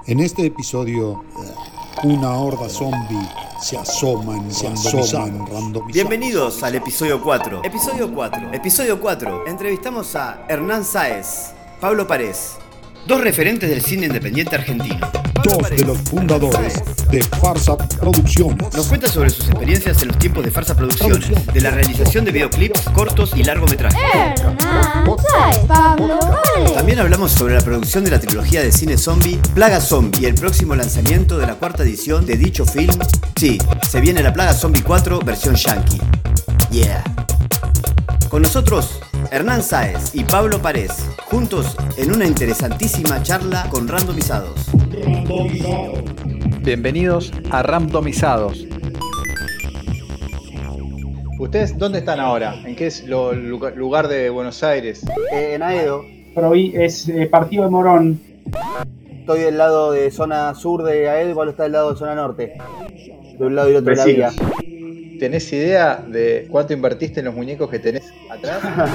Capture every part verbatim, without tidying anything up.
En este episodio, una horda zombie se asoma en se asoma en randomizado. Bienvenidos al episodio cuatro. Episodio cuatro. Episodio cuatro. Entrevistamos a Hernán Sáez, Pablo Parés, dos referentes del cine independiente argentino. Dos de los fundadores de Farsa Producciones. Nos cuenta sobre sus experiencias en los tiempos de Farsa Producciones, de la realización de videoclips, cortos y largometrajes. Hernán Sáez, Pablo Parés. También hablamos sobre la producción de la trilogía de cine zombie Plaga Zombie y el próximo lanzamiento de la cuarta edición de dicho film. Sí, se viene la Plaga Zombie cuatro versión yankee. Yeah. Con nosotros, Hernán Sáez y Pablo Parés, juntos en una interesantísima charla con randomizados. Bienvenidos a Randomizados. ¿Ustedes dónde están ahora? ¿En qué es lo, lugar, lugar de Buenos Aires? Eh, en Aedo. Provi- es eh, partido de Morón. Estoy del lado de zona sur de Aedo y Pablo está del lado de zona norte. De un lado y del otro de la vía. ¿Tenés idea de cuánto invertiste en los muñecos que tenés atrás?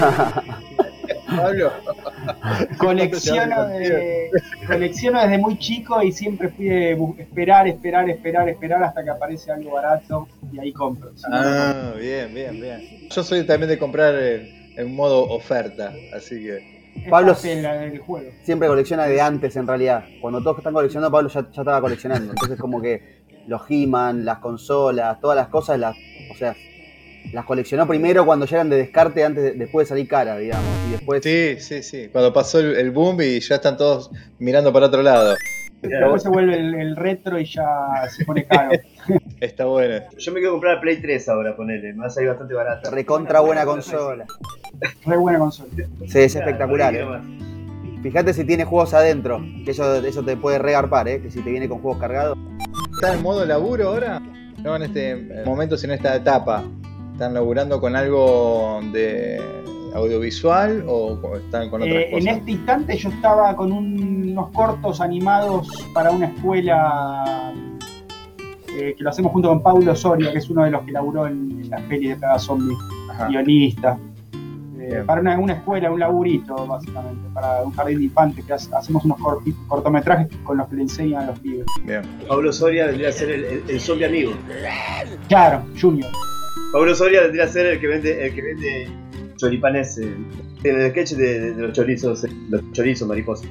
Pablo. Colecciono, de, colecciono desde muy chico y siempre fui de bu- esperar, esperar, esperar, esperar hasta que aparece algo barato y ahí compro. Si no, Ah, bien, bien, bien. Yo soy también de comprar en, en modo oferta, así que... es Pablo parte de la- del juego. siempre colecciona de antes en realidad. Cuando todos están coleccionando, Pablo ya, ya estaba coleccionando. Entonces como que los He-Man, las consolas, todas las cosas, las, o sea, las coleccionó primero cuando ya eran de descarte, antes de, después de salir cara, digamos. Y después Sí, sí, sí. Cuando pasó el, el boom y ya están todos mirando para otro lado. Después se vuelve el, el retro y ya se pone caro. Está bueno. Yo me quiero comprar la Play tres ahora, ponele, me va a salir bastante barata. recontra buena consola. Re buena consola. Sí, es espectacular. Claro, eh. por ahí quiero más. Fíjate si tiene juegos adentro, que eso, eso te puede regarpar, ¿eh? Que si te viene con juegos cargados. ¿Están en modo laburo ahora? No en este momento, sino en esta etapa. ¿Están laburando con algo de audiovisual o están con otras Eh, en cosas? este instante yo estaba con un- unos cortos animados para una escuela eh, que lo hacemos junto con Paulo Soria, que es uno de los que laburó en, en las pelis de Plaga Zombie, Ajá. guionista. Eh, Bien. para una, una escuela, un laburito, básicamente, para un jardín de infantes, que hace- hacemos unos corti- cortometrajes con los que le enseñan a los pibes. Bien. Pablo Soria vendría a ser el, el, el zombie amigo. Claro, Junior. Pablo Soria vendría a ser el que vende, el que vende choripanes eh, en el sketch de, de- de los chorizos, eh, los chorizos mariposa.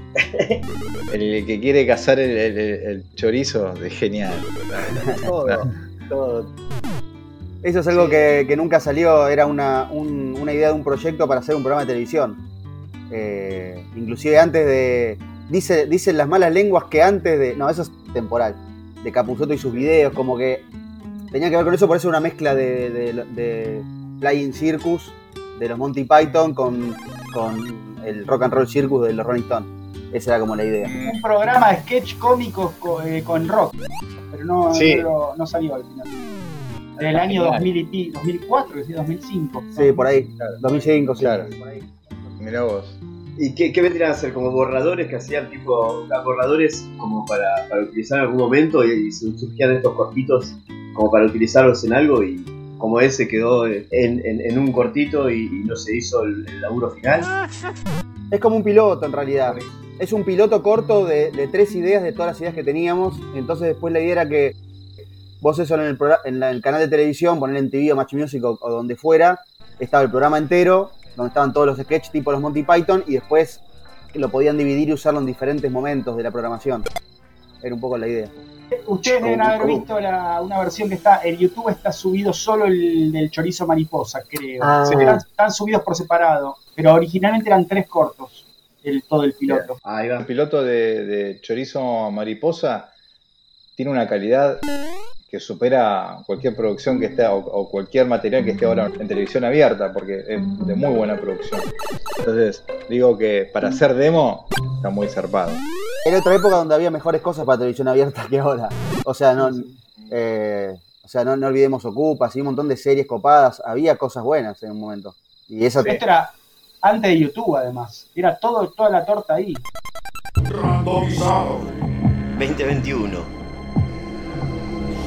El que quiere cazar el, el- el chorizo, de genial. Todo, todo. Eso es algo que, que nunca salió, era una, un- una idea de un proyecto para hacer un programa de televisión. Eh, inclusive antes de... Dice, dicen las malas lenguas que antes de... No, eso es temporal. De Capusotto y sus videos, como que tenía que ver con eso, por eso una mezcla de, de, de Flying Circus, de los Monty Python, con, con el Rock and Roll Circus de los Rolling Stones. Esa era como la idea. Un programa de sketch cómicos co- eh, con rock, pero no, Sí. no, lo- no salió al final. Del año dos mil y pi- dos mil cuatro, que sí, dos mil cinco. Sí, por ahí. dos mil cinco, sí. Claro. Por ahí. Mirá vos. ¿Y qué, qué vendrían a ser? Como borradores que hacían tipo borradores como para, para utilizar en algún momento y, y surgían estos cortitos como para utilizarlos en algo y como ese quedó en, en, en un cortito y, y no se hizo el, el laburo final. Es como un piloto en realidad. Es un piloto corto de, de tres ideas, de todas las ideas que teníamos. Entonces después la idea era que vos eso en el, progra- en la- en el canal de televisión, poner en T V o Match Music o, o donde fuera, estaba el programa entero, donde estaban todos los sketches tipo los Monty Python, y después lo podían dividir y usarlo en diferentes momentos de la programación. Era un poco la idea. Ustedes deben haber visto la, una versión que está en YouTube, está subido solo el del chorizo mariposa, creo. Ah. Sí, están, están subidos por separado, pero originalmente eran tres cortos, el, todo el piloto. Ahí El va. piloto de, de chorizo mariposa tiene una calidad que supera cualquier producción que esté o, o cualquier material que esté ahora en televisión abierta, porque es de muy buena producción. Entonces, digo que para hacer demo está muy zarpado. Era otra época donde había mejores cosas para televisión abierta que ahora. O sea, no, eh, o sea, no, no olvidemos Ocupas y un montón de series copadas. Había cosas buenas en un momento. Y esa Esto era antes de YouTube, además. Era todo, toda la torta ahí. veinte veintiuno.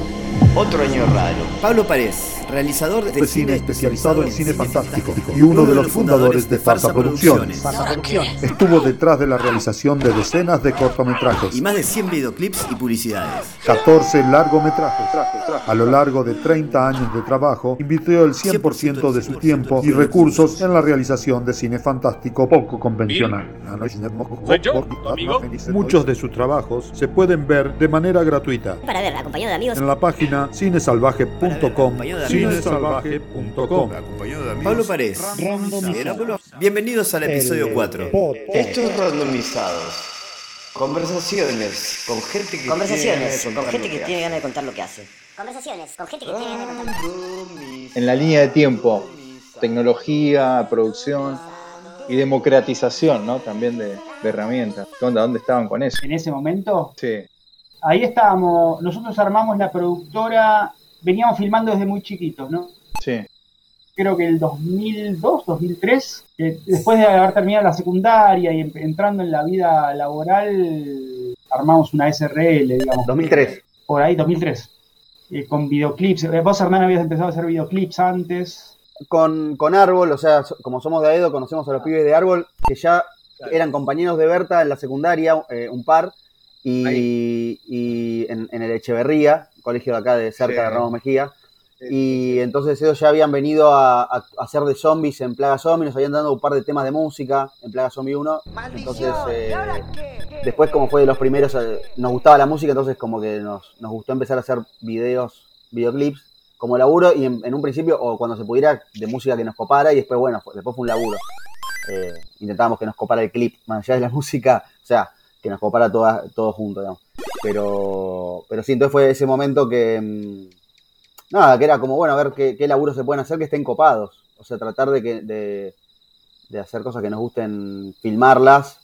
Otro año raro. Pablo Párez, realizador de, de cine especializado en cine fantástico y uno de los fundadores de Farsa Producciones. Estuvo detrás de la realización de decenas de cortometrajes y más de cien videoclips y publicidades. catorce largometrajes. A lo largo de treinta años de trabajo, invirtió el cien por ciento de su tiempo y recursos en la realización de cine fantástico poco convencional. ¿Soy yo, tu amigo? Muchos de sus trabajos se pueden ver de manera gratuita para ver, acompañado de amigos, en la página cinesalvaje punto com. cinesalvaje punto com. Pablo Párez. Bienvenidos al episodio cuatro. Estos randomizados. Conversaciones con gente que Conversaciones tiene con gente que que tiene ganas de contar lo que hace. Conversaciones con gente que tiene ganas de contar. En la línea de tiempo, tecnología, producción y democratización, ¿no? También de, de herramientas. ¿Qué onda? ¿Dónde estaban con eso? En ese momento, Sí, ahí estábamos, nosotros armamos la productora, veníamos filmando desde muy chiquitos, ¿no? sí. Creo que el dos mil dos, dos mil tres, eh, después de haber terminado la secundaria y em- entrando en la vida laboral, armamos una S R L, digamos. dos mil tres. Por ahí, dos mil tres. Eh, con videoclips. Eh, Vos, Hernán, habías empezado a hacer videoclips antes. Con, con Árbol, o sea, so- como somos de Aedo, conocemos a los pibes de Árbol, que ya eran compañeros de Berta en la secundaria, eh, un par, y, y en, en el Echeverría, colegio de acá de cerca Sí. de Ramos Mejía. Y entonces ellos ya habían venido a, a- a hacer de zombies en Plaga Zombie, nos habían dado un par de temas de música en Plaga Zombie uno. Entonces, eh, después como fue de los primeros, eh, nos gustaba la música, entonces como que nos, nos gustó empezar a hacer videos, videoclips como laburo, y en, en un principio, o cuando se pudiera, de música que nos copara, y después, bueno, fue- después fue un laburo. Eh, intentábamos que nos copara el clip, más allá de la música, o sea, que nos copara toda, todo junto, digamos. Pero, pero sí, entonces fue ese momento que... mm, Nada, que era como, bueno, a ver qué, qué laburos se pueden hacer que estén copados. O sea, tratar de, que, de, de hacer cosas que nos gusten, filmarlas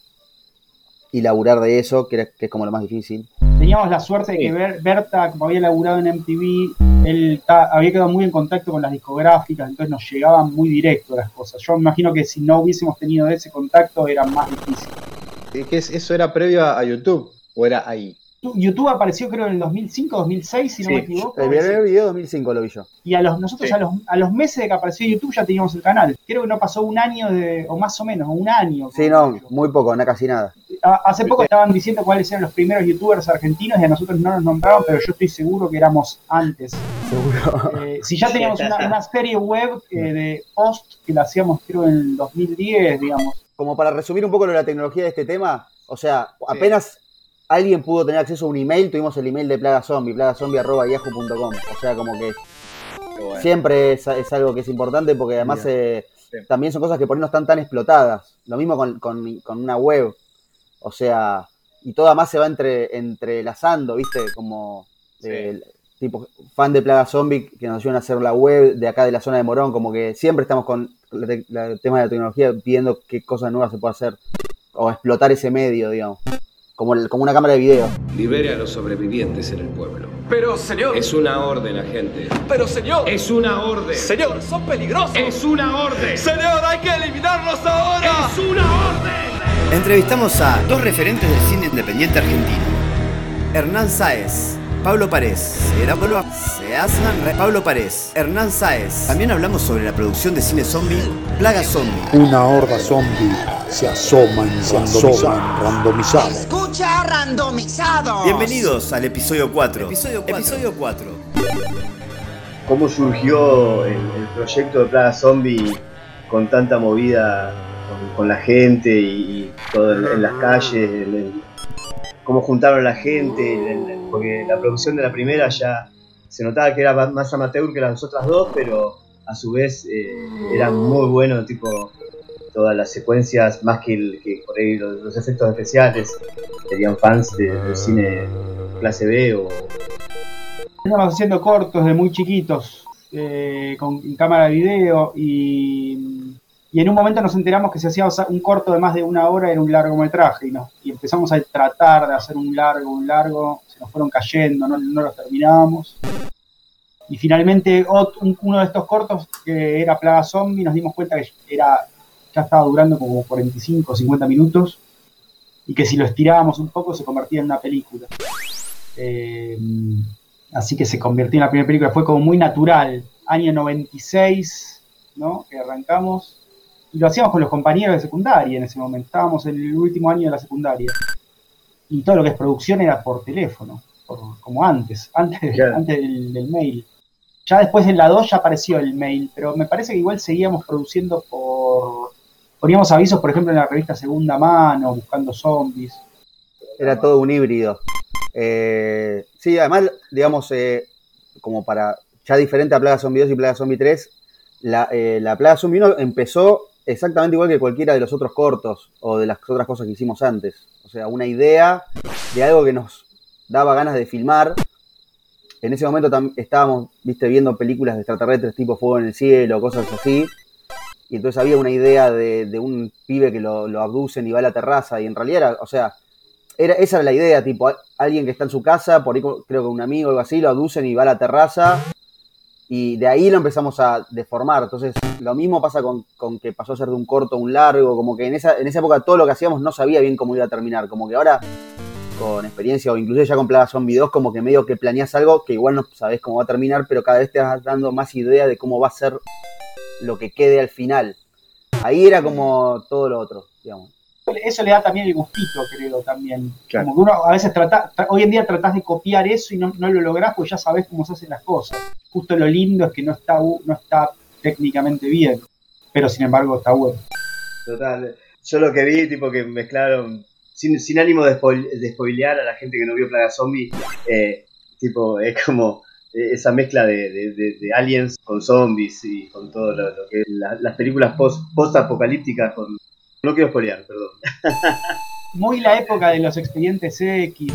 y laburar de eso, que, era- que es como lo más difícil. Teníamos la suerte de que Ber- Berta, como había laburado en M T V, él ta- había quedado muy en contacto con las discográficas, entonces nos llegaban muy directo las cosas. Yo me imagino que si no hubiésemos tenido ese contacto era más difícil. ¿Es que es- ¿Eso era previo a YouTube o era ahí? YouTube apareció creo en el dos mil cinco, dos mil seis, si no Sí, me equivoco. El primer video dos mil cinco lo vi yo. Y a los, nosotros Sí. a, los, a los meses de que apareció YouTube ya teníamos el canal. Creo que no pasó un año, de, o más o menos, un año. Sí, no, muy poco, no casi nada. A- Hace poco estaban diciendo cuáles eran los primeros youtubers argentinos y a nosotros no nos nombraban, pero yo estoy seguro que éramos antes. Seguro. Eh, si ya teníamos una, una serie web eh, de post que la hacíamos creo en el dos mil diez, digamos. Como para resumir un poco lo de la tecnología de este tema, o sea, apenas alguien pudo tener acceso a un email, tuvimos el email de Plaga Zombie, plagazombie arroba yahoo punto com. O sea, como que Qué bueno. siempre es, es algo que es importante porque además eh, Sí. también son cosas que por ahí no están tan explotadas. Lo mismo con, con- con una web. O sea, y todo además se va entre, entrelazando, ¿viste? Como Sí. eh, tipo fan de Plaga Zombie que nos ayudan a hacer la web de acá de la zona de Morón, como que siempre estamos con la te- la- el tema de la tecnología pidiendo qué cosas nuevas se puede hacer o explotar ese medio, digamos. Como, el- como una cámara de video. Libere a los sobrevivientes en el pueblo. Pero, señor. Es una orden, agente. Pero, señor. Es una orden. Señor, son peligrosos. Es una orden. Señor, hay que eliminarlos ahora. Es una orden. Entrevistamos a dos referentes del cine independiente argentino. Hernán Sáez, Pablo Párez. Era Pablo Seasan, Re- Pablo Párez, Hernán Sáez. También hablamos sobre la producción de cine zombie, Plaga Zombie. Una horda zombie se asoman, se asoman, randomizado. Escucha randomizado. Bienvenidos al episodio cuatro. Episodio cuatro. ¿Cómo surgió el, el proyecto de Plaga Zombie con tanta movida con, con la gente y, y todo en, en las calles? el- el- ¿Cómo juntaron a la gente? el- el- porque la producción de la primera ya se notaba que era más- más amateur que las otras dos, pero a su vez eh, era muy bueno, tipo todas las secuencias, más que, el, que por ahí los, los efectos especiales, serían fans de- del cine clase B o Estábamos haciendo cortos de muy chiquitos, eh, con en cámara de video, y, y en un momento nos enteramos que si hacíamos un corto de más de una hora era un largometraje, y, nos, y empezamos a tratar de hacer un largo, un largo, se nos fueron cayendo, no, no los terminábamos. Y finalmente ot- un- uno de estos cortos, que era Plaga Zombie, nos dimos cuenta que era, ya estaba durando como cuarenta y cinco o cincuenta minutos, y que si lo estirábamos un poco se convertía en una película. Eh, Así que se convirtió en la primera película, fue como muy natural. Año noventa y seis, ¿no? Que arrancamos. Y lo hacíamos con los compañeros de secundaria en ese momento. Estábamos en el último año de la secundaria. Y todo lo que es producción era por teléfono, por, como antes, antes, claro. antes del, del mail. Ya después en la dos ya apareció el mail, pero me parece que igual seguíamos produciendo por... Poníamos avisos, por ejemplo, en la revista Segunda Mano, buscando zombies. Era todo un híbrido. Eh, sí, además, digamos, eh, como para... Ya diferente a Plaga Zombie dos y Plaga Zombie tres, la, eh, la Plaga Zombie uno empezó exactamente igual que cualquiera de los otros cortos o de las otras cosas que hicimos antes. O sea, una idea de algo que nos daba ganas de filmar. En ese momento tam- estábamos, viste, viendo películas de extraterrestres tipo Fuego en el Cielo, cosas así. Y entonces había una idea de, de un pibe que lo, lo abducen y va a la terraza. Y en realidad era, o sea, era, esa era la idea, tipo, alguien que está en su casa, por ahí creo que un amigo o algo así, lo abducen y va a la terraza. Y de ahí lo empezamos a deformar. Entonces, lo mismo pasa con, con que pasó a ser de un corto a un largo. Como que en esa, en esa época todo lo que hacíamos no sabía bien cómo iba a terminar. Como que ahora, con experiencia o inclusive ya con Plaga Zombie dos, como que medio que planeás algo que igual no sabés cómo va a terminar, pero cada vez te vas dando más idea de cómo va a ser lo que quede al final. Ahí era como todo lo otro, digamos. Eso le da también el gustito, creo, también. Claro. Como que uno a veces trata, tra- hoy en día tratás de copiar eso y no, no lo lográs porque ya sabés cómo se hacen las cosas. Justo lo lindo es que no está, no está técnicamente bien, pero sin embargo está bueno. Total. Yo lo que vi, tipo que mezclaron, sin, sin ánimo de, spoil, de spoilear a la gente que no vio Plaga Zombie, eh, tipo, es como esa mezcla de, de, de, de aliens con zombies y con todo lo, lo que es la, las películas post, post-apocalípticas con... No quiero spoilear, perdón. Muy la época de los expedientes X.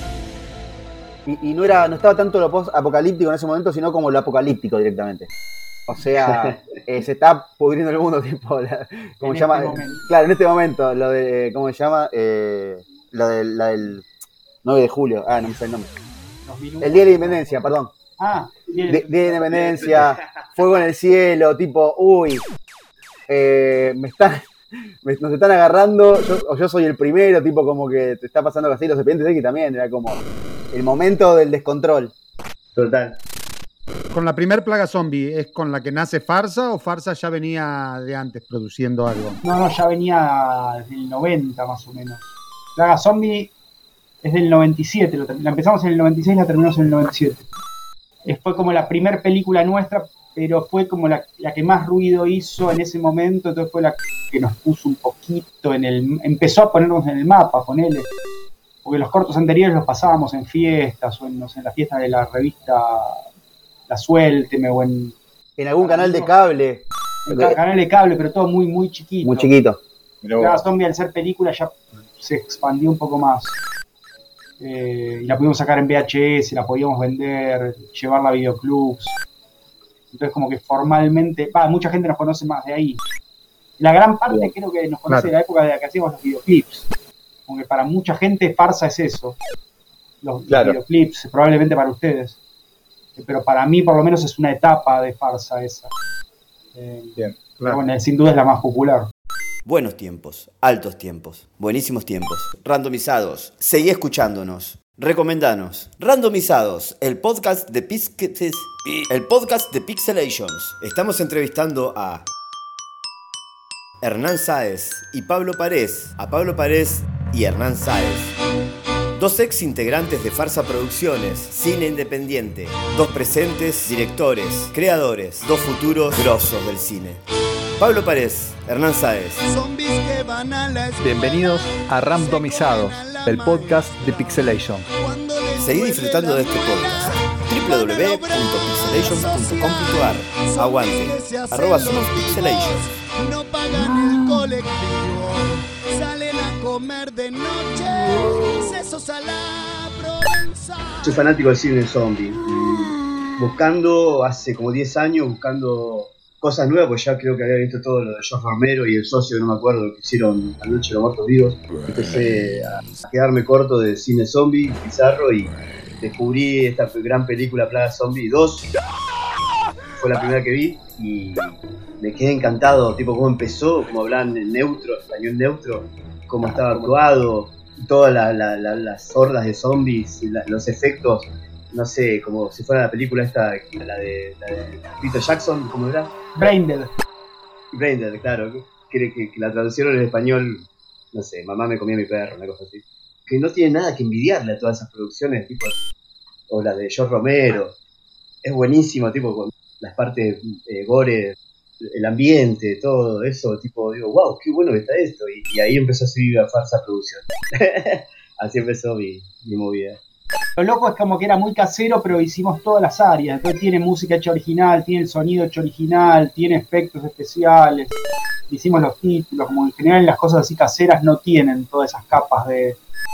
Y, y no era, no estaba tanto lo post-apocalíptico en ese momento, sino como lo apocalíptico directamente. O sea, eh, se está pudriendo el mundo, tipo, la, ¿cómo se llama? Este Claro, en este momento, lo de, ¿cómo se llama? Eh, lo de, la del nueve de julio, ah, no me sé el nombre. El Día de la Independencia, perdón. Ah, Día de la Independencia, fuego en el cielo, tipo, uy, eh, me están... Me, nos están agarrando, yo, o yo soy el primero, tipo como que te está pasando así, los expedientes X también, era como el momento del descontrol. Total. ¿Con la primer Plaga Zombie es con la que nace Farsa o Farsa ya venía de antes produciendo algo? No, no, ya venía desde el noventa más o menos. Plaga Zombie es del noventa y siete, lo, la empezamos en el noventa y seis, la terminamos en el noventa y siete. Fue como la primera película nuestra, pero fue como la, la que más ruido hizo en ese momento, entonces fue la que nos puso un poquito en el... Empezó a ponernos en el mapa, ponele. Porque los cortos anteriores los pasábamos en fiestas, o en, no sé, en la fiesta de la revista La Suélteme, o en... En algún canal de cable. En ca- canal de cable, pero todo muy, muy chiquito. Muy chiquito. Plaga Zombie, al ser película, ya se expandió un poco más. Eh, y la pudimos sacar en V H S, la podíamos vender, llevarla a videoclubs. Entonces como que formalmente, va, mucha gente nos conoce más de ahí. La gran parte creo que nos conoce Claro. de la época de la que hacíamos los videoclips. Porque para mucha gente Farsa es eso. Los, Claro. los videoclips, probablemente para ustedes. Eh, Pero para mí por lo menos es una etapa de Farsa esa. Eh, Bien. pero bueno, sin duda es la más popular. Buenos tiempos, altos tiempos, buenísimos tiempos, randomizados. Seguí escuchándonos. Recomendanos. Randomizados, el podcast de Pix- el podcast de Pixelations. Estamos entrevistando a Hernán Sáez y Pablo Parés. A Pablo Parés y Hernán Sáez. Dos ex integrantes de Farsa Producciones, cine independiente. Dos presentes directores, creadores. Dos futuros grosos del cine. Pablo Parés, Hernán Sáez. Bienvenidos a Randomizados, el podcast de Pixelation. Seguí disfrutando de este podcast. doble u doble u doble u punto pixelations punto com punto a r. Aguante. Arroba somos Pixelations. No pagan el colectivo, salen a comer de noche, sesos a la Provenza. Soy fanático del cine zombie. Y buscando, hace como diez años, buscando cosas nuevas, pues ya creo que había visto todo lo de George Romero y el socio, que no me acuerdo, lo que hicieron Anoche de los Muertos Vivos. Empecé a quedarme corto de cine zombie, bizarro, y descubrí esta gran película Plaga Zombie dos. Fue la primera que vi y me quedé encantado, tipo cómo empezó, cómo hablaban en neutro, español neutro, cómo estaba actuado, todas la, la, la, las hordas de zombies, la, los efectos no sé, como si fuera la película esta, la de, la de Peter Jackson, ¿cómo era? Braindead. Braindead, claro, que, que, que la traducieron en español, no sé, Mamá me comía mi perro, una cosa así. Que no tiene nada que envidiarle a todas esas producciones, tipo, o la de George Romero. Es buenísimo, tipo, con las partes eh, gore, el ambiente, todo eso, tipo, digo, wow, qué bueno que está esto. Y, y ahí empezó a seguir la farsa producción. Así empezó mi, mi movida. Lo loco es como que era muy casero, pero hicimos todas las áreas. Entonces tiene música hecha original, tiene el sonido hecho original, tiene efectos especiales. Hicimos los títulos, como en general las cosas así caseras no tienen todas esas capas de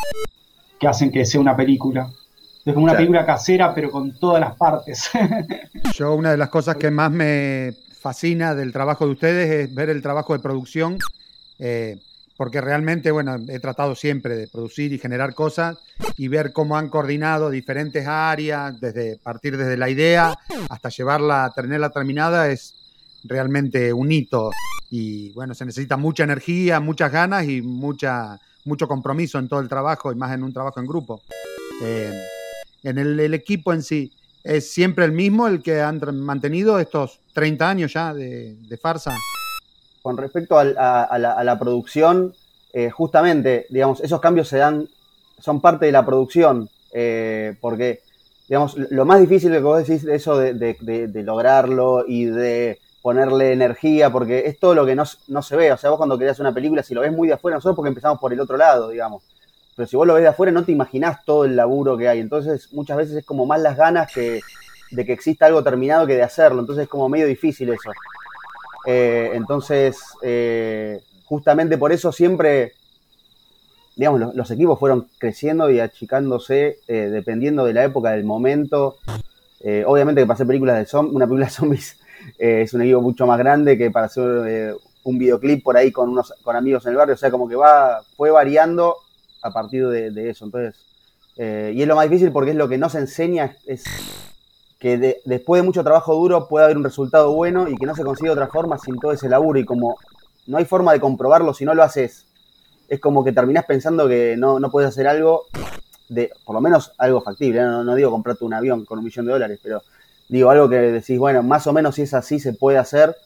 que hacen que sea una película. Es como una Claro. película casera, pero con todas las partes. Yo una de las cosas que más me fascina del trabajo de ustedes es ver el trabajo de producción, eh, porque realmente, bueno, he tratado siempre de producir y generar cosas y ver cómo han coordinado diferentes áreas, desde partir desde la idea hasta llevarla, tenerla terminada, es realmente un hito. Y bueno, se necesita mucha energía, muchas ganas y mucha, mucho compromiso en todo el trabajo, y más en un trabajo en grupo. Eh, en el, el equipo en sí, ¿es siempre el mismo el que han mantenido estos treinta años ya de, de farsa? Con respecto al, a, a, la, a la producción, eh, justamente, digamos, esos cambios se dan, son parte de la producción, eh, porque, digamos, lo más difícil que vos decís, eso de, de, de, de lograrlo y de ponerle energía, porque es todo lo que no, no se ve. O sea, vos cuando querés una película, si lo ves muy de afuera, nosotros porque empezamos por el otro lado, digamos, pero si vos lo ves de afuera no te imaginás todo el laburo que hay. Entonces, muchas veces es como más las ganas que, de que exista algo terminado que de hacerlo. Entonces es como medio difícil eso. Eh, entonces, eh, justamente por eso siempre, digamos, los, los equipos fueron creciendo y achicándose eh, dependiendo de la época, del momento. Eh, obviamente que para hacer películas de zombies, una película de zombies eh, es un equipo mucho más grande que para hacer eh, un videoclip por ahí con unos con amigos en el barrio. O sea, como que va fue variando a partir de, de eso. Entonces, eh, y es lo más difícil porque es lo que no se enseña, es que de, después de mucho trabajo duro puede haber un resultado bueno y que no se consigue de otra forma sin todo ese laburo. Y como no hay forma de comprobarlo si no lo haces, es como que terminás pensando que no, no puedes hacer algo, de por lo menos algo factible. No, no digo comprarte un avión con un millón de dólares, pero digo algo que decís, bueno, más o menos si es así se puede hacer.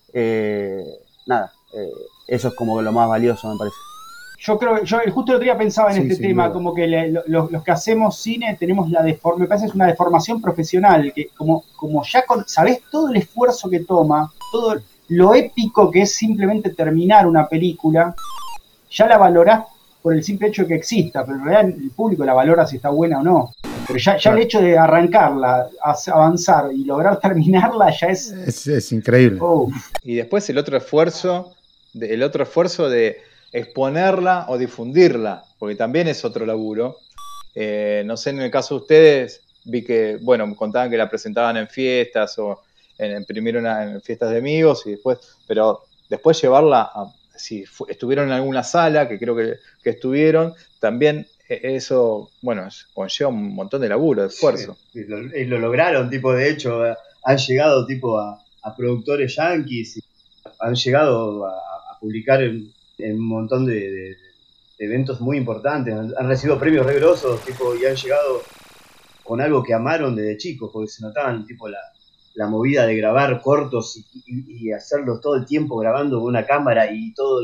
Eh, nada, eh, eso es como lo más valioso, me parece. Yo creo, yo justo el otro día pensaba en Sí, este sin tema, duda. como que le- lo- los, los que hacemos cine tenemos la deformación, me parece que es una deformación profesional, que como, como ya con, sabés todo el esfuerzo que toma, todo lo épico que es simplemente terminar una película, ya la valorás por el simple hecho de que exista, pero en realidad el público la valora si está buena o no. Pero ya, ya el hecho de arrancarla, as- avanzar y lograr terminarla ya es... Es, es increíble. Oh. Y después el otro esfuerzo, de- el otro esfuerzo de exponerla o difundirla, porque también es otro laburo. Eh, no sé, en el caso de ustedes, vi que, bueno, me contaban que la presentaban en fiestas o en, primero una- en fiestas de amigos y después, pero después llevarla a, si fu- estuvieron en alguna sala, que creo que, que estuvieron, también eh, eso, bueno, es- conlleva un montón de laburo, de esfuerzo. Sí, y, lo, y lo lograron, tipo, de hecho, eh, han llegado tipo a, a productores yanquis, y han llegado a, a publicar en, en un montón de, de- de eventos muy importantes, han, han recibido premios re grosos, tipo, y han llegado con algo que amaron desde chicos, porque se notaban tipo la, la movida de grabar cortos y, y- y hacerlos todo el tiempo grabando con una cámara y todo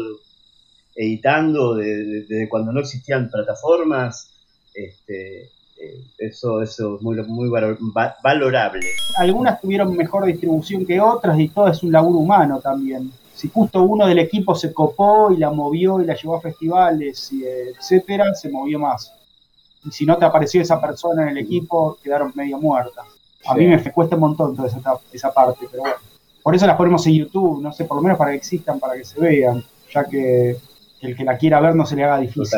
editando de- de- desde cuando no existían plataformas. Este, eh, eso, eso es muy, muy valor- va- valorable. Algunas tuvieron mejor distribución que otras y todo es un laburo humano también. Si justo uno del equipo se copó y la movió y la llevó a festivales, y etcétera, se movió más. Y si no te apareció esa persona en el equipo, quedaron medio muertas. A Sí. mí me cuesta un montón toda esa, esa parte, pero bueno. Por eso las ponemos en YouTube, no sé, por lo menos para que existan, para que se vean, ya que el que la quiera ver no se le haga difícil.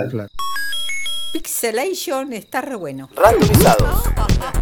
Pixelation está re bueno. Randomizados.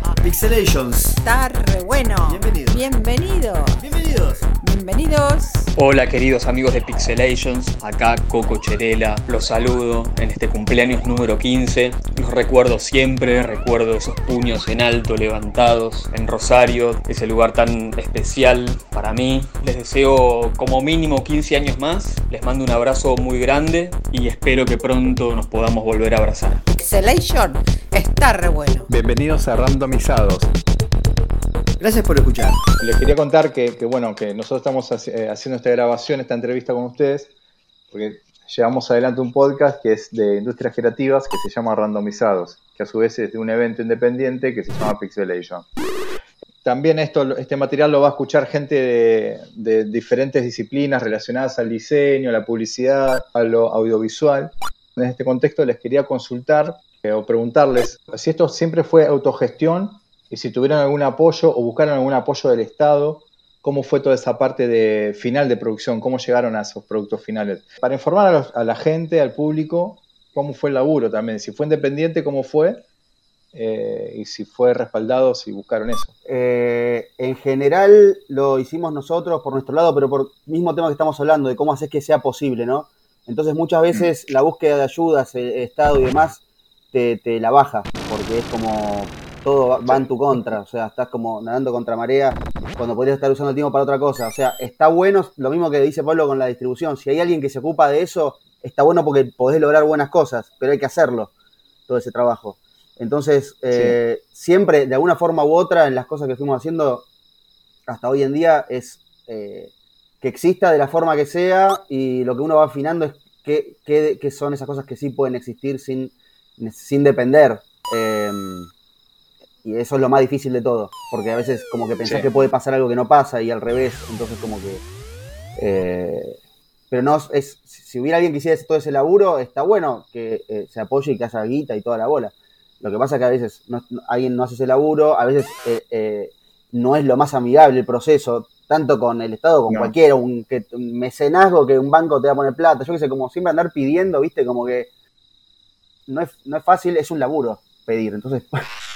Pixelations. Está re bueno. Bienvenidos. Bienvenidos. Bienvenidos. Bienvenidos. Hola queridos amigos de Pixelations, acá Coco Cherela, los saludo en este cumpleaños número quince. Los recuerdo siempre, recuerdo esos puños en alto levantados en Rosario, ese lugar tan especial para mí. Les deseo como mínimo quince años más, les mando un abrazo muy grande y espero que pronto nos podamos volver a abrazar. Pixelation está re bueno. Bienvenidos a Randomizados. Gracias por escuchar. Les quería contar que, que bueno, que nosotros estamos haci- haciendo esta grabación, esta entrevista con ustedes, porque llevamos adelante un podcast que es de industrias creativas que se llama Randomizados, que a su vez es de un evento independiente que se llama Pixelation. También esto, este material lo va a escuchar gente de, de diferentes disciplinas relacionadas al diseño, a la publicidad, a lo audiovisual. En este contexto les quería consultar eh, o preguntarles si esto siempre fue autogestión y si tuvieron algún apoyo o buscaron algún apoyo del Estado, cómo fue toda esa parte de final de producción, cómo llegaron a esos productos finales. Para informar a, los, a la gente, al público, cómo fue el laburo también, si fue independiente, cómo fue, eh, y si fue respaldado, si buscaron eso. Eh, en general lo hicimos nosotros por nuestro lado, pero por el mismo tema que estamos hablando, de cómo hacer que sea posible, ¿no? Entonces muchas veces la búsqueda de ayudas, el Estado y demás, te, te la baja, porque es como... todo va, va en tu contra, o sea, estás como nadando contra marea cuando podrías estar usando el tiempo para otra cosa. O sea, está bueno, lo mismo que dice Pablo con la distribución, si hay alguien que se ocupa de eso, está bueno porque podés lograr buenas cosas, pero hay que hacerlo, todo ese trabajo. Entonces, eh, sí. siempre, de alguna forma u otra, en las cosas que fuimos haciendo hasta hoy en día, es eh, que exista de la forma que sea, y lo que uno va afinando es qué, qué, qué son esas cosas que sí pueden existir sin, sin depender. Eh, Y eso es lo más difícil de todo, porque a veces como que pensás sí. que puede pasar algo que no pasa y al revés, entonces como que... Eh, pero no es si hubiera alguien que hiciera todo ese laburo, está bueno que eh, se apoye y que haya guita y toda la bola. Lo que pasa es que a veces no, alguien no hace ese laburo, a veces eh, eh, no es lo más amigable el proceso, tanto con el Estado, con no. cualquiera, un, que, un mecenazgo que un banco te va a poner plata, yo qué sé, como siempre andar pidiendo, viste, como que no es, no es fácil, es un laburo pedir, entonces...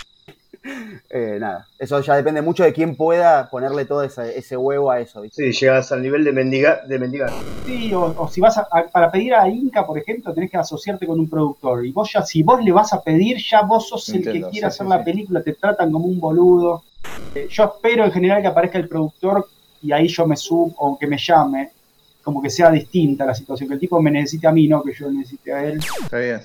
Eh, nada, eso ya depende mucho de quién pueda ponerle todo ese, ese huevo a eso, ¿viste? Sí, llegas al nivel de mendigar. De mendigar. Sí, o, o si vas a, a, para pedir a Inca, por ejemplo, tenés que asociarte con un productor. Y vos ya, si vos le vas a pedir, ya vos sos Entiendo, el que quiere sí, hacer sí, la sí. película, te tratan como un boludo. Eh, yo espero en general que aparezca el productor y ahí yo me subo, o que me llame, como que sea distinta la situación, que el tipo me necesite a mí, no que yo necesite a él. Está bien.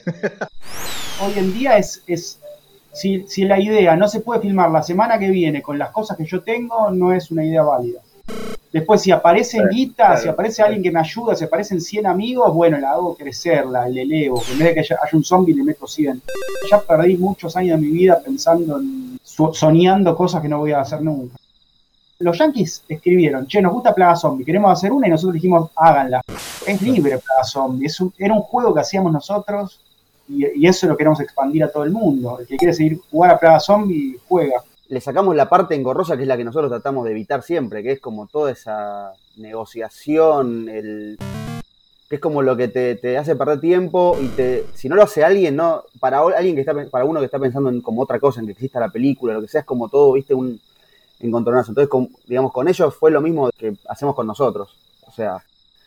Hoy en día es... es Si, si la idea no se puede filmar la semana que viene con las cosas que yo tengo, no es una idea válida. Después, si aparecen claro, guita, claro, si aparece claro. alguien que me ayuda, si aparecen cien amigos, bueno, la hago crecer, la le elevo. Que en vez de que haya, haya un zombie, le meto cien. Ya perdí muchos años de mi vida pensando en, soñando cosas que no voy a hacer nunca. Los yankees escribieron, che, nos gusta Plaga Zombie, queremos hacer una, y nosotros dijimos, háganla. Es libre Plaga Zombie, es un, era un juego que hacíamos nosotros. Y, y eso lo queremos expandir a todo el mundo. El que quiere seguir jugar a Plaga Zombie, juega. Le sacamos la parte engorrosa, que es la que nosotros tratamos de evitar siempre, que es como toda esa negociación, el que es como lo que te, te hace perder tiempo, y te, si no lo hace alguien, no para alguien que está, para uno que está pensando en como otra cosa, en que exista la película, lo que sea, es como todo, viste, un encontronazo. Entonces, con, digamos, con ellos fue lo mismo que hacemos con nosotros. O sea,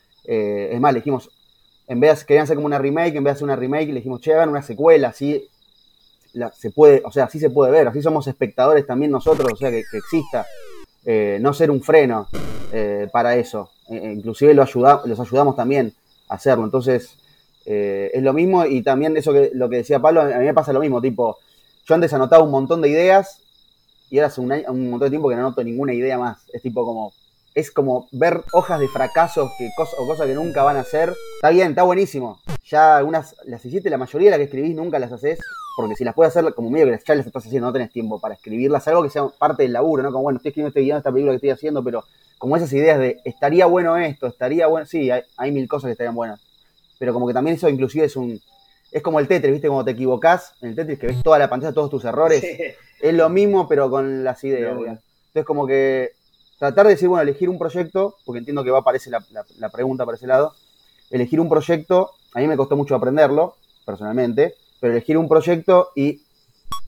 eh, es más, le dijimos, en vez de querían hacer como una remake, en vez de hacer una remake, le dijimos, che, hagan una secuela, así la, se puede, o sea, así se puede ver, así somos espectadores también nosotros, o sea, que, que exista, eh, no ser un freno eh, para eso, eh, inclusive lo ayuda, los ayudamos también a hacerlo, entonces eh, es lo mismo, y también eso que lo que decía Pablo, a mí me pasa lo mismo, tipo, yo antes anotaba un montón de ideas, y ahora hace un, año, un montón de tiempo que no anoto ninguna idea más, es tipo como... Es como ver hojas de fracasos que cos- o cosas que nunca van a hacer. Está bien, está buenísimo. Ya algunas las hiciste, la mayoría de las que escribís nunca las haces, porque si las puedes hacer como medio que ya las estás haciendo, no tenés tiempo para escribirlas, algo que sea parte del laburo, ¿no? Como, bueno, estoy escribiendo este guión, esta película que estoy haciendo, pero como esas ideas de, estaría bueno esto, estaría bueno... Sí, hay, hay mil cosas que estarían buenas. Pero como que también eso inclusive es un... Es como el Tetris, ¿viste? Cuando te equivocás en el Tetris, que ves toda la pantalla, todos tus errores. Sí. Es lo mismo, pero con las ideas, no, bueno. Entonces como que... Tratar de decir, bueno, elegir un proyecto, porque entiendo que va aparece la, la, la pregunta para ese lado, elegir un proyecto, a mí me costó mucho aprenderlo, personalmente, pero elegir un proyecto y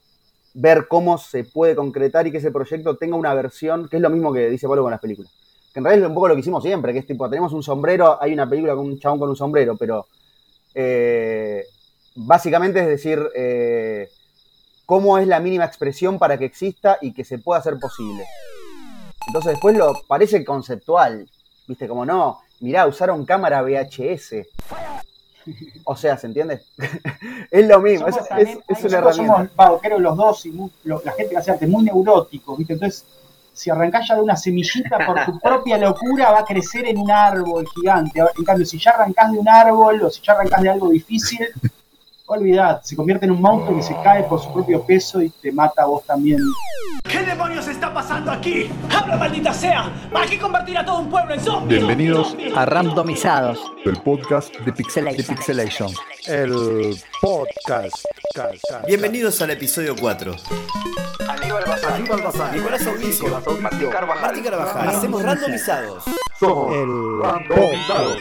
ver cómo se puede concretar y que ese proyecto tenga una versión, que es lo mismo que dice Pablo con las películas, que en realidad es un poco lo que hicimos siempre, que es tipo, tenemos un sombrero, hay una película con un chabón con un sombrero, pero eh, básicamente es decir, eh, cómo es la mínima expresión para que exista y que se pueda hacer posible. Entonces después lo parece conceptual, viste, como no, mirá, usaron cámara V H S. O sea, ¿se entiende? Es lo mismo, es, es, es una herramienta. Somos, Pau, creo los dos, y muy, lo, la gente que hace arte, muy neuróticos, ¿viste? Entonces, si arrancás ya de una semillita, por tu propia locura va a crecer en un árbol gigante. En cambio, si ya arrancás de un árbol o si ya arrancás de algo difícil, olvidad, se convierte en un monstruo que se cae por su propio peso y te mata a vos también. ¿Qué demonios está pasando aquí? ¡Habla, maldita sea! ¿Para qué convertir a todo un pueblo en zombies? Bienvenidos a Randomizados, el podcast de, Pixel- de Pixelation. El podcast. Bienvenidos al episodio cuatro. Aníbal Bazán, Nicolás Auricio, Martín Carvajal. Martín Carvajal. Hacemos randomizados. Somos El randomizados.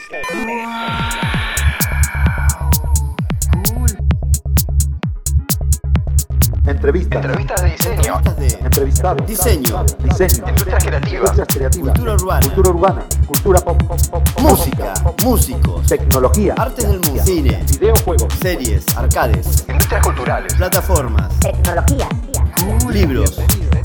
Entrevistas. Entrevistas de diseño. Entrevistados. Diseño. Diseño. Industrias creativas. Industrias creativas. Cultura urbana. Cultura urbana. Cultura pop. pop, pop, pop, Música. pop, Músicos. Tecnología. Artes del mundo. Cine. Videojuegos. Series. Arcades. Industrias culturales. Plataformas. Tecnología. Libros.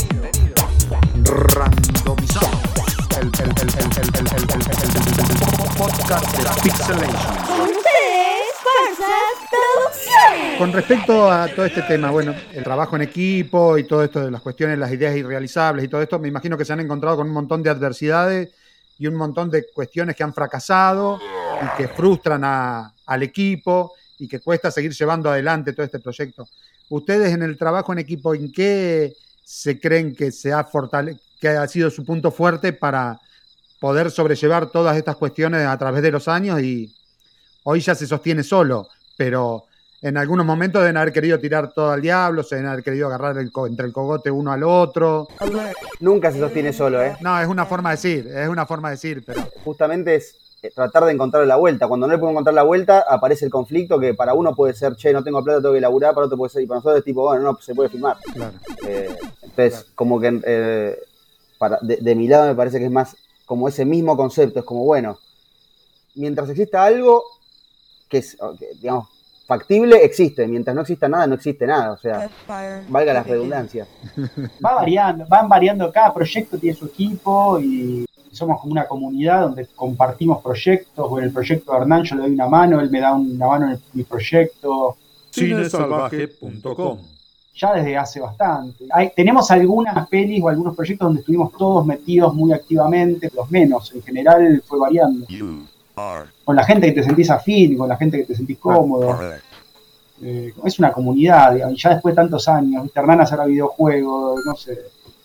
Randomizados. El, el, el, el, el, el, el, el, el, el podcast de Pixelation. Con ustedes, Farsas Producciones. Con respecto a todo este tema, bueno, el trabajo en equipo y todo esto de las cuestiones, las ideas irrealizables y todo esto, me imagino que se han encontrado con un montón de adversidades y un montón de cuestiones que han fracasado y que frustran a, al equipo y que cuesta seguir llevando adelante todo este proyecto. Ustedes en el trabajo en equipo, ¿en qué se creen que se ha fortale- que ha sido su punto fuerte para poder sobrellevar todas estas cuestiones a través de los años? Y hoy ya se sostiene solo, pero en algunos momentos deben haber querido tirar todo al diablo, se deben haber querido agarrar el co- entre el cogote uno al otro. Nunca se sostiene solo, ¿eh? No, es una forma de decir, es una forma de decir, pero Justamente es tratar de encontrar la vuelta. Cuando no le puedo encontrar la vuelta, aparece el conflicto que para uno puede ser, che, no tengo plata, tengo que laburar, para otro puede ser, y para nosotros es tipo, bueno, no, se puede filmar. claro. Eh, entonces, como que eh, para, de, de mi lado me parece que es más como ese mismo concepto, es como, bueno, mientras exista algo que es, que, digamos, factible, existe. Mientras no exista nada, no existe nada. O sea, valga las redundancias. Va variando, van variando, cada proyecto tiene su equipo y somos como una comunidad donde compartimos proyectos. O en el proyecto de Hernán yo le doy una mano, él me da una mano en el- mi proyecto. cinesalvaje punto com. Ya desde hace bastante. Hay, tenemos algunas pelis o algunos proyectos donde estuvimos todos metidos muy activamente, los menos. En general fue variando. Con la gente que te sentís afín, con la gente que te sentís cómodo. Eh, es una comunidad, digamos, y ya después de tantos años, ¿viste? Hernán hace ahora videojuegos, no sé.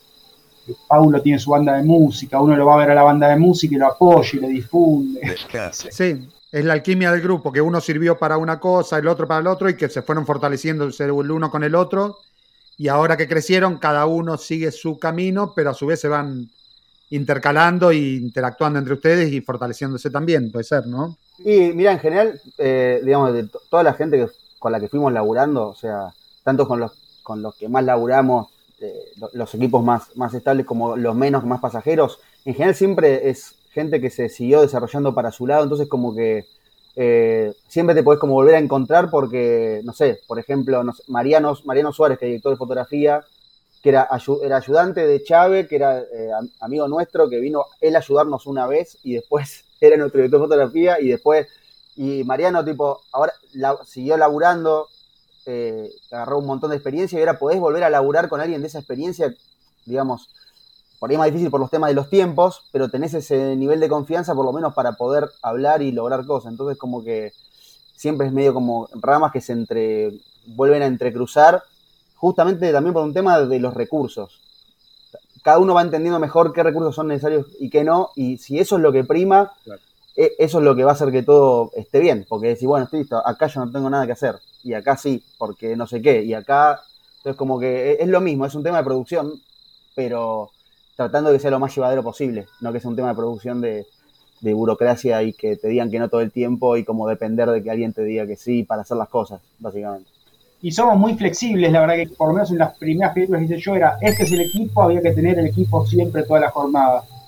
Paulo tiene su banda de música, uno lo va a ver a la banda de música y lo apoya y le difunde. Sí, es la alquimia del grupo, que uno sirvió para una cosa, el otro para el otro, y que se fueron fortaleciendo el uno con el otro, y ahora que crecieron, cada uno sigue su camino, pero a su vez se van intercalando e interactuando entre ustedes y fortaleciéndose también, puede ser, ¿no? Y mira, en general, eh, digamos, de to- toda la gente que, con la que fuimos laburando, o sea, tanto con los, con los que más laburamos, eh, lo- los equipos más, más estables como los menos, más pasajeros, en general siempre es gente que se siguió desarrollando para su lado, entonces como que eh, siempre te podés como volver a encontrar porque, no sé, por ejemplo, no sé, Mariano, Mariano Suárez, que es director de fotografía, que era, ayu- era ayudante de Chave, que era eh, am- amigo nuestro, que vino él a ayudarnos una vez y después era nuestro director de fotografía y después, y Mariano tipo, ahora la- siguió laburando, eh, agarró un montón de experiencia y ahora podés volver a laburar con alguien de esa experiencia, digamos, por ahí es más difícil por los temas de los tiempos, pero tenés ese nivel de confianza por lo menos para poder hablar y lograr cosas, entonces como que siempre es medio como ramas que se entre, vuelven a entrecruzar, justamente también por un tema de los recursos. Cada uno va entendiendo mejor qué recursos son necesarios y qué no, y si eso es lo que prima, Claro. eh, eso es lo que va a hacer que todo esté bien, porque decir, bueno, estoy listo, acá yo no tengo nada que hacer, y acá sí, porque no sé qué, y acá, entonces como que es, es lo mismo, es un tema de producción, pero tratando de que sea lo más llevadero posible, no que sea un tema de producción de, de burocracia y que te digan que no todo el tiempo y como depender de que alguien te diga que sí para hacer las cosas, básicamente. Y somos muy flexibles, la verdad que por lo menos en las primeras películas que hice yo era, este es el equipo, había que tener el equipo siempre toda la jornada.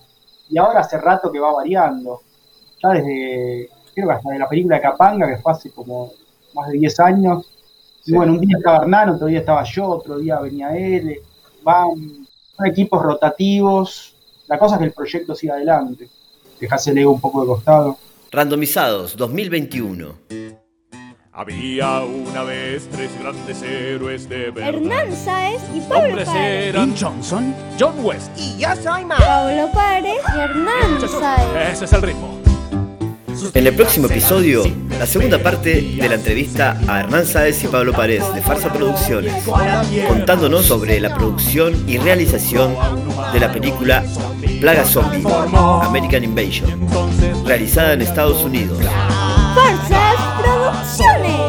y ahora hace rato que va variando. Ya desde, creo que hasta de la película de Capanga, que fue hace como más de diez años. Y bueno, un día estaba Hernán, otro día estaba yo, otro día venía él. Van, son equipos rotativos. La cosa es que el proyecto siga adelante. Dejase el ego un poco de costado. Randomizados dos mil veintiuno. Había una vez tres grandes héroes de verdad. Hernán Sáez y Pablo Hombres Párez. eran Johnson, John West. Y yo soy Mar. Pablo Párez y Hernán Sáez. Ese es el ritmo. En el próximo episodio, la segunda parte de la entrevista a Hernán Sáez y Pablo Párez de Farsa Producciones, contándonos sobre la producción y realización de la película Plaga Zombie, American Invasion, realizada en Estados Unidos. Farsas Producciones.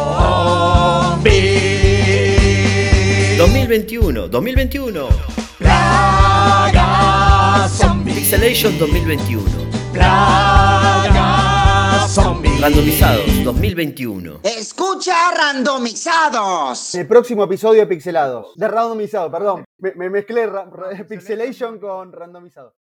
dos mil veintiuno, dos mil veintiuno. Plaga Zombie. Pixelation dos mil veintiuno. Plaga Zombie. Randomizados dos mil veintiuno. Escucha randomizados. El próximo episodio de Pixelados. De randomizado, perdón. Me, me mezclé ra- ra- Pixelation con randomizado.